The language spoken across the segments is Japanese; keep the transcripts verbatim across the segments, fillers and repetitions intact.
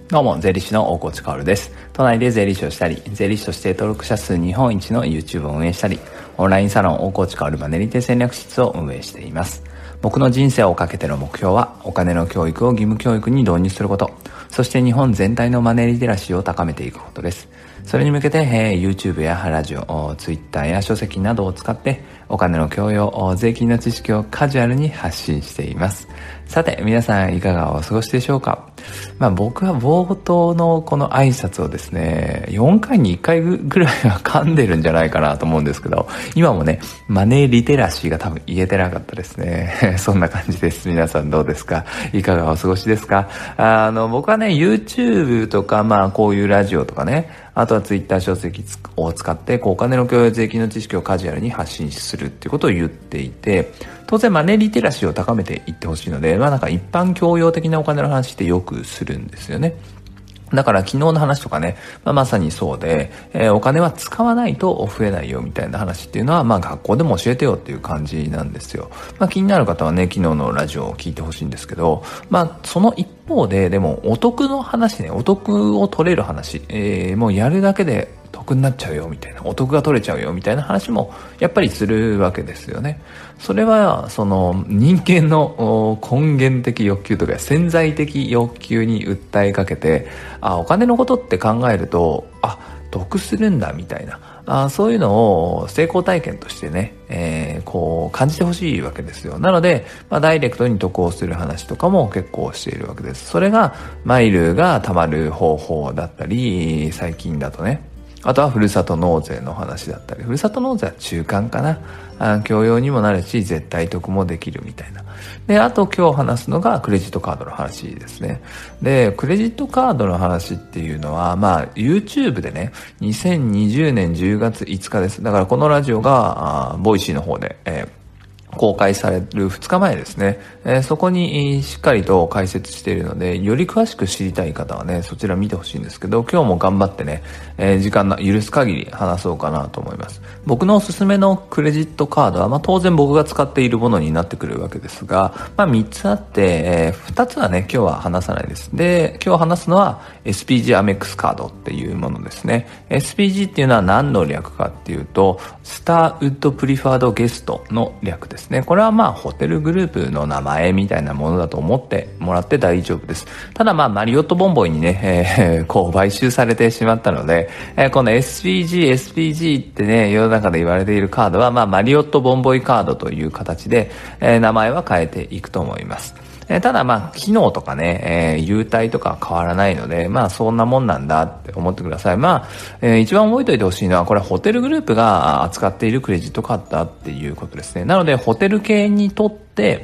どうも、税理士の大河内薫です。都内で税理士をしたり、税理士として登録者数日本一の YouTube を運営したり、オンラインサロン大河内薫マネリテ戦略室を運営しています。僕の人生をかけての目標は、お金の教育を義務教育に導入すること、そして日本全体のマネリテラシーを高めていくことです。それに向けて、えー、YouTube やラジオ、Twitter や書籍などを使って、お金の教養、税金の知識をカジュアルに発信しています。さて、皆さんいかがお過ごしでしょうか？まあ僕は冒頭のこの挨拶をですね、よんかいにいっかいぐらいは噛んでるんじゃないかなと思うんですけど、今もね、マネーリテラシーが多分言えてなかったですね。そんな感じです。皆さんどうですか？いかがお過ごしですか？あの、僕はね、YouTube とか、まあこういうラジオとかね、あとは Twitter 書籍を使って、こうお金の教養、税金の知識をカジュアルに発信するっていうことを言っていて、当然マネーリテラシーを高めていってほしいので、まあなんか一般教養的なお金の話ってよくするんですよね。だから昨日の話とかね、まあ、まさにそうで、えー、お金は使わないと増えないよみたいな話っていうのは、まあ学校でも教えてよっていう感じなんですよ。まあ気になる方はね、昨日のラジオを聞いてほしいんですけど、まあその一方で、でもお得の話ね、お得を取れる話、えー、もうやるだけで得になっちゃうよみたいな、お得が取れちゃうよみたいな話もやっぱりするわけですよね。それはその人間の根源的欲求とか潜在的欲求に訴えかけて、あ、お金のことって考えると、あ、得するんだみたいな、あ、そういうのを成功体験としてね、えー、こう感じてほしいわけですよ。なので、まあ、ダイレクトに得をする話とかも結構しているわけです。それがマイルが貯まる方法だったり、最近だとね、あとはふるさと納税の話だったり、ふるさと納税は中間かな。あ、教養にもなるし、絶対得もできるみたいな。で、あと今日話すのがクレジットカードの話ですね。で、クレジットカードの話っていうのは、まあ、YouTube でね、にせんにじゅうねんじゅうがついつかです。だからこのラジオが、ボイシーの方で、えー公開されるふつかまえですね、えー、そこにしっかりと解説しているので、より詳しく知りたい方はね、そちら見てほしいんですけど、今日も頑張ってね、えー、時間の許す限り話そうかなと思います。僕のおすすめのクレジットカードは、まあ当然僕が使っているものになってくるわけですが、まあみっつあって、えー、ふたつはね、今日は話さないです。で、今日話すのは エスピージー アメックスカードっていうものですね。エスピージー っていうのは何の略かっていうと、スターウッドプリファードゲストの略ですね。これはまあホテルグループの名前みたいなものだと思ってもらって大丈夫です。ただまあマリオットボンボイにね、えー、こう買収されてしまったので、えー、この エスピージー、エスピージー ってね、世の中で言われているカードはまあマリオットボンボイカードという形で、えー、名前は変えていくと思います。えー、ただまあ機能とかね、えー、優待とかは変わらないので、まあそんなもんなんだって思ってください。まあ、えー、一番覚えておいてほしいのは、これホテルグループが扱っているクレジットカードだっていうことですね。なのでホテル系にとって、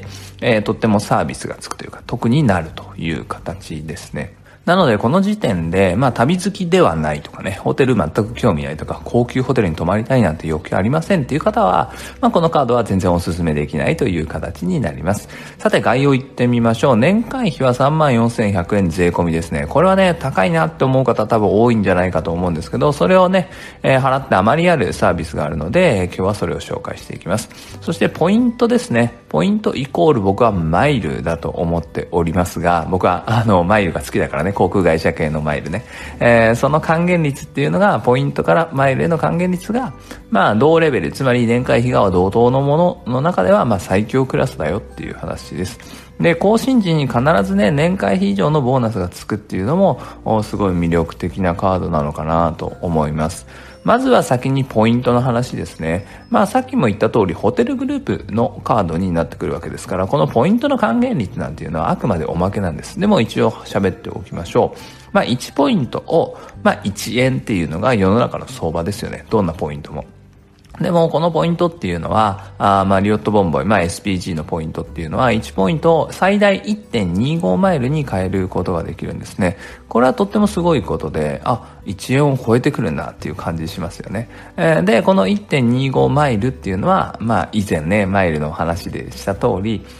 えー、とってもサービスがつくというか、得になるという形ですね。なのでこの時点で、まあ旅好きではないとかね、ホテル全く興味ないとか、高級ホテルに泊まりたいなんて欲求ありませんっていう方は、まあこのカードは全然お勧めできないという形になります。さて概要言ってみましょう。年会費は さんまんよんせんひゃくえん税込みですね。これはね、高いなって思う方多分多いんじゃないかと思うんですけど、それをね、えー、払ってあまりあるサービスがあるので、今日はそれを紹介していきます。そしてポイントですね。ポイントイコール僕はマイルだと思っておりますが、僕はあのマイルが好きだからね、航空会社系のマイルね、えー、その還元率っていうのが、ポイントからマイルへの還元率がまあ同レベル、つまり年会費が同等のものの中ではまあ最強クラスだよっていう話です。で、更新時に必ずね、年会費以上のボーナスがつくっていうのもすごい魅力的なカードなのかなと思います。まずは先にポイントの話ですね。まあさっきも言った通りホテルグループのカードになってくるわけですから、このポイントの還元率なんていうのはあくまでおまけなんです。でも一応喋っておきましょう。まあいちポイントを、まあいちえんっていうのが世の中の相場ですよね。どんなポイントも。でもこのポイントっていうのは、あまあリオットボンボイ、まあ エスピージー のポイントっていうのはいちポイントを最大 いってんにご マイルに変えることができるんですね。これはとってもすごいことで、あ、いちえんを超えてくるんだっていう感じしますよね。えー、で、この いってんにご マイルっていうのは、まあ以前ね、マイルの話でした通り、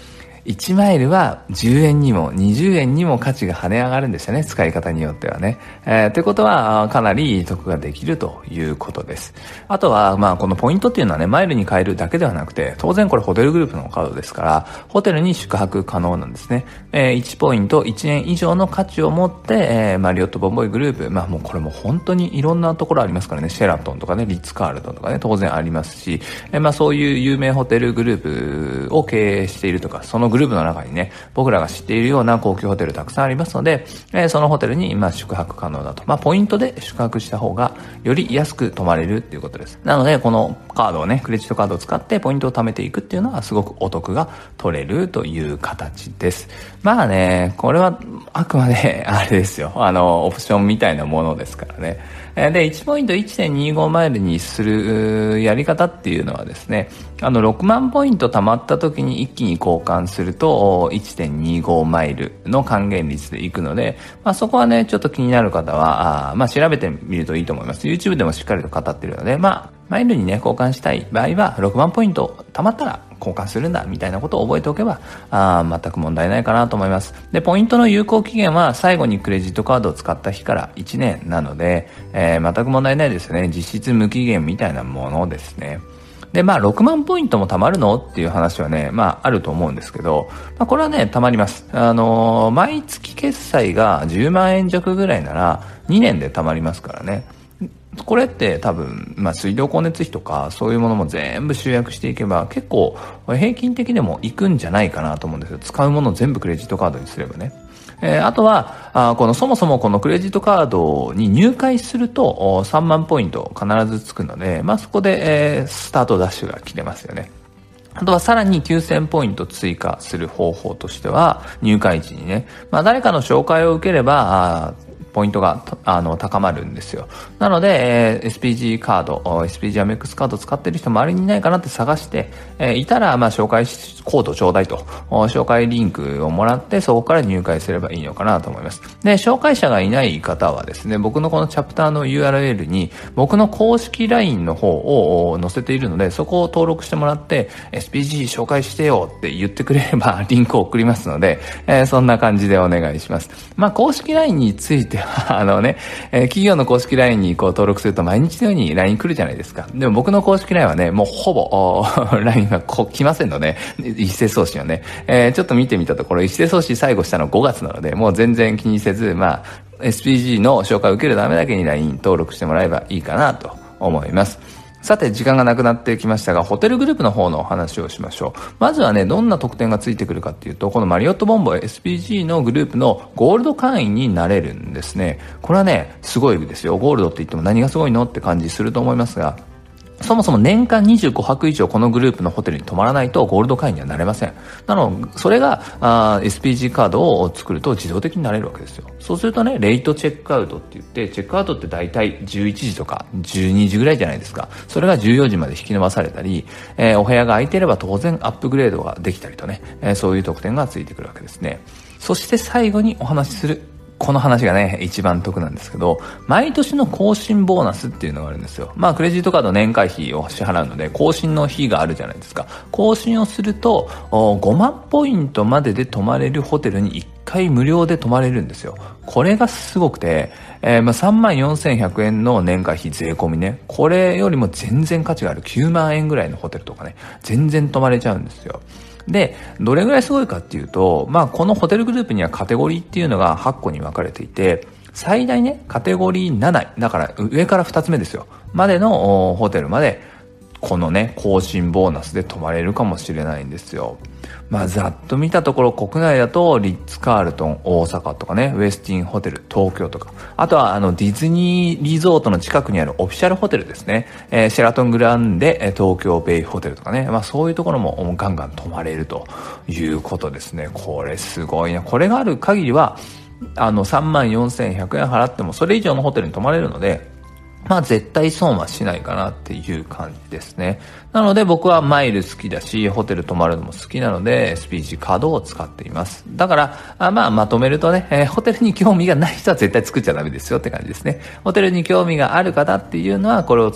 いちマイルはじゅうえんにもにじゅうえんにも価値が跳ね上がるんですよね。使い方によってはね。えー、ということは、かなり得ができるということです。あとは、まあ、このポイントっていうのはね、マイルに変えるだけではなくて、当然これホテルグループのカードですから、ホテルに宿泊可能なんですね。えー、いちポイントいちえん以上の価値を持って、えー、マリオットボンボイグループ、まあもうこれも本当にいろんなところありますからね、シェラトンとかね、リッツカールトンとかね、当然ありますし、えー、まあそういう有名ホテルグループを経営しているとか、そのグループの中にね、僕らが知っているような高級ホテルたくさんありますので、えー、そのホテルにまあ宿泊可能だと。まあポイントで宿泊した方がより安く泊まれるっていうことです。なので、このカードをね、クレジットカードを使ってポイントを貯めていくっていうのはすごくお得が取れるという形です。まあね、これはあくまであれですよ。あの、オプションみたいなものですからね。で、いちポイント いってんにご マイルにするやり方っていうのはですね、あの、ろくまんポイント貯まった時に一気に交換すると いってんにご マイルの還元率でいくので、まあそこはね、ちょっと気になる方は、あまあ調べてみるといいと思います。YouTube でもしっかりと語ってるので、まあ、マイルにね、交換したい場合は、ろくまんポイント貯まったら交換するんだ、みたいなことを覚えておけば、あ全く問題ないかなと思います。で、ポイントの有効期限は最後にクレジットカードを使った日からいちねんなので、えー、全く問題ないですね。実質無期限みたいなものですね。で、まあ、ろくまんポイントも貯まるのっていう話はね、まあ、あると思うんですけど、まあ、これはね、貯まります。あのー、毎月決済がじゅうまんえん弱ぐらいなら、にねんで貯まりますからね。これって多分、まあ、水道光熱費とかそういうものも全部集約していけば結構平均的でもいくんじゃないかなと思うんですよ。使うものを全部クレジットカードにすればね。えー、あとはあこのそもそもこのクレジットカードに入会するとさんまんポイント必ずつくので、まあ、そこで、えー、スタートダッシュが切れますよね。あとはさらにきゅうせんポイント追加する方法としては入会時にね、まあ、誰かの紹介を受ければあポイントがあの高まるんですよ。なので、えー、エスピージー カード、エスピージー アメックスカード使ってる人周りにいないかなって探して、えー、いたら、まあ、紹介コードちょうだいと、紹介リンクをもらって、そこから入会すればいいのかなと思います。で、紹介者がいない方はですね、僕のこのチャプターの ユーアールエル に、僕の公式 ライン の方を載せているので、そこを登録してもらって、エスピージー 紹介してよって言ってくれれば、リンクを送りますので、えー、そんな感じでお願いします。まあ、公式 ライン については、あのね、えー、企業の公式 ライン にこう登録すると毎日のように ライン 来るじゃないですか。でも僕の公式 ライン はね、もうほぼ ライン がこう来ませんので、一斉送信はね、えー、ちょっと見てみたところ、一斉送信最後したのごがつなので、もう全然気にせず、まあ、エスピージー の紹介を受けるためだけに ライン 登録してもらえばいいかなと思います。さて、時間がなくなってきましたが、ホテルグループの方のお話をしましょう。まずはね、どんな特典がついてくるかっていうと、このマリオットボンボイ エスピージー のグループのゴールド会員になれるんですね。これはね、すごいですよ。ゴールドって言っても何がすごいのって感じすると思いますが、そもそも年間にじゅうごはく以上このグループのホテルに泊まらないとゴールド会員にはなれません。なので、それがあ エスピージー カードを作ると自動的になれるわけですよ。そうするとね、レイトチェックアウトって言って、チェックアウトって大体じゅういちじとかじゅうにじぐらいじゃないですか。それがじゅうよじまで引き延ばされたり、えー、お部屋が空いていれば当然アップグレードができたりとね、えー、そういう特典がついてくるわけですね。そして最後にお話しするこの話がね、一番得なんですけど、毎年の更新ボーナスっていうのがあるんですよ。まあ、クレジットカード年会費を支払うので、更新の日があるじゃないですか。更新をすると、ごまんポイントまでで泊まれるホテルにいっかい無料で泊まれるんですよ。これがすごくて、えー、まあさんまんよんせんひゃくえんの年会費税込みね。これよりも全然価値があるきゅうまんえんぐらいのホテルとかね、全然泊まれちゃうんですよ。で、どれぐらいすごいかっていうと、まあこのホテルグループにはカテゴリーっていうのがはっこに分かれていて、最大ね、カテゴリーなな、だから上からふたつめですよ。までのホテルまで、このね、更新ボーナスで泊まれるかもしれないんですよ。まあざっと見たところ国内だとリッツカールトン大阪とかね、ウェスティンホテル東京とか、あとはあのディズニーリゾートの近くにあるオフィシャルホテルですね、えー、シェラトングランデ東京ベイホテルとかね、まあそういうところもガンガン泊まれるということですね。これすごいな。これがある限りはあのさんまんよんせんひゃくえん払ってもそれ以上のホテルに泊まれるので、まあ絶対損はしないかなっていう感じですね。なので僕はマイル好きだし、ホテル泊まるのも好きなので エスピージー カードを使っています。だから、あまあまとめるとね、えー、ホテルに興味がない人は絶対作っちゃダメですよって感じですね。ホテルに興味がある方っていうのはこれを使って 、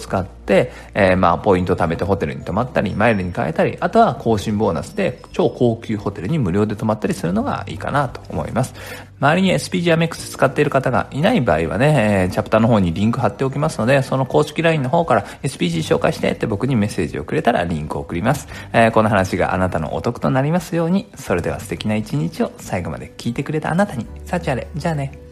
えー、まあ、ポイント貯めてホテルに泊まったり、マイルに変えたり、あとは更新ボーナスで超高級ホテルに無料で泊まったりするのがいいかなと思います。周りに エスピージー アメックス使っている方がいない場合はね、えー、チャプターの方にリンク貼っておきますので、その公式 ライン の方から エスピージー 紹介してって僕にメッセージをくれたらリンクを送ります。えー、この話があなたのお得となりますように。それでは素敵な一日を最後まで聞いてくれたあなたに。幸あれ。じゃあね。